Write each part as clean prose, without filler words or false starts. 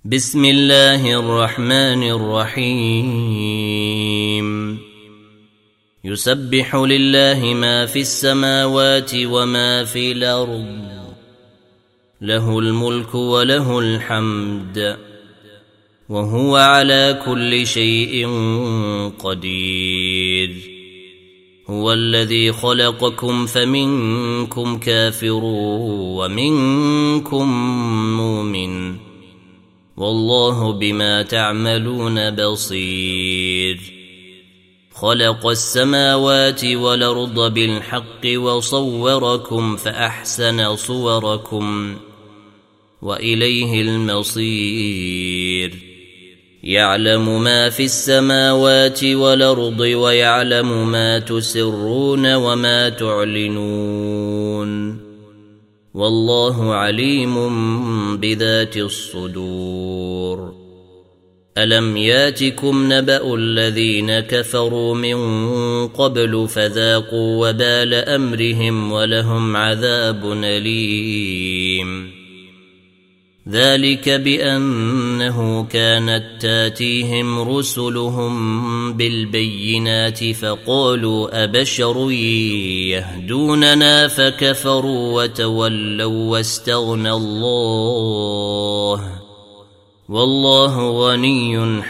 بسم الله الرحمن الرحيم يسبح لله ما في السماوات وما في الأرض له الملك وله الحمد وهو على كل شيء قدير هو الذي خلقكم فمنكم كافر ومنكم مؤمن والله بما تعملون بصير خلق السماوات والأرض بالحق وصوركم فأحسن صوركم وإليه المصير يعلم ما في السماوات والأرض ويعلم ما تسرون وما تعلنون والله عليم بذات الصدور ألم ياتكم نبأ الذين كفروا من قبل فذاقوا وبال أمرهم ولهم عذاب أليم ذلك بأنه كانت تاتيهم رسلهم بالبينات فقالوا أبشر يهدوننا فكفروا وتولوا واستغنى الله والله غني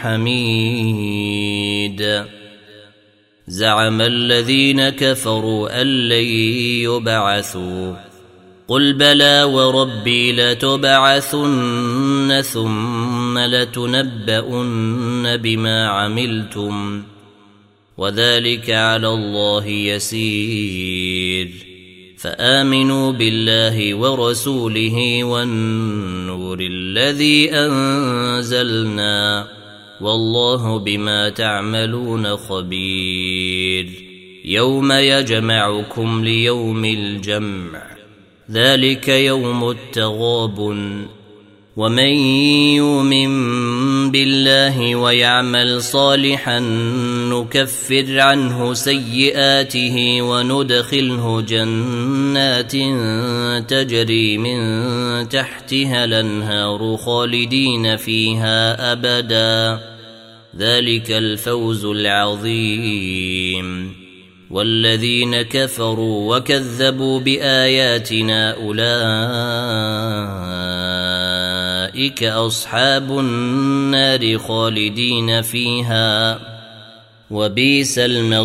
حميد زعم الذين كفروا أن لن يبعثوا قل بلى وربي لتبعثن ثم لتنبؤن بما عملتم وذلك على الله يسير فآمنوا بالله ورسوله والنور الذي أنزلنا والله بما تعملون خبير يوم يجمعكم ليوم الجمع ذلك يوم التغابن ومن يؤمن بالله ويعمل صالحا نكفر عنه سيئاته وندخله جنات تجري من تحتها الأنهار خالدين فيها أبدا ذلك الفوز العظيم والذين كفروا وكذبوا بآياتنا أولئك أصحاب النار خالدين فيها وبئس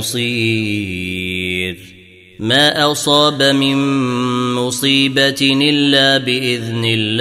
المصير ما أصاب من مصيبة إلا بإذن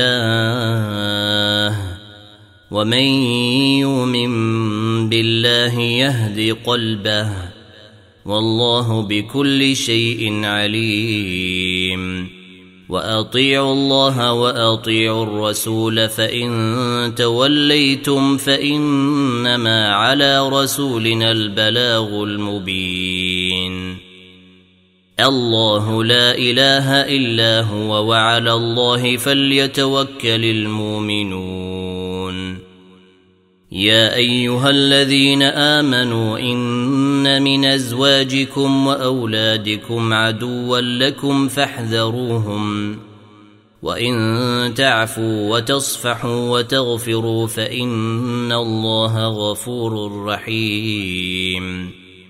الله ومن يؤمن بالله يهد قلبه والله بكل شيء عليم وأطيعوا الله وأطيعوا الرسول فإن توليتم فإنما على رسولنا البلاغ المبين الله لا إله إلا هو وعلى الله فليتوكل المؤمنون يا أيها الذين آمنوا إن من أزواجكم وأولادكم عدوا لكم فاحذروهم وإن تعفوا وتصفحوا وتغفروا فإن الله غفور رحيم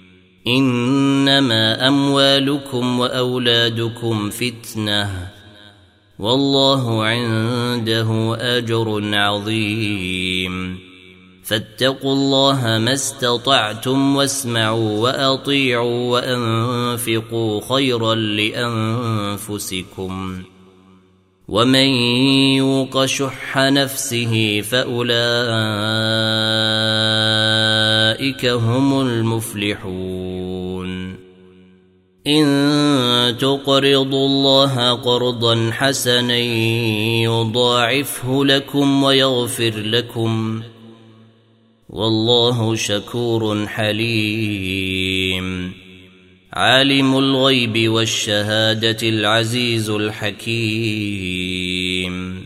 إنما أموالكم وأولادكم فتنة والله عنده أجر عظيم فاتقوا الله ما استطعتم واسمعوا وأطيعوا وأنفقوا خيرا لأنفسكم ومن يوق شح نفسه فأولئك هم المفلحون إن تقرضوا الله قرضا حسنا يضاعفه لكم ويغفر لكم والله شكور حليم عالم الغيب والشهادة العزيز الحكيم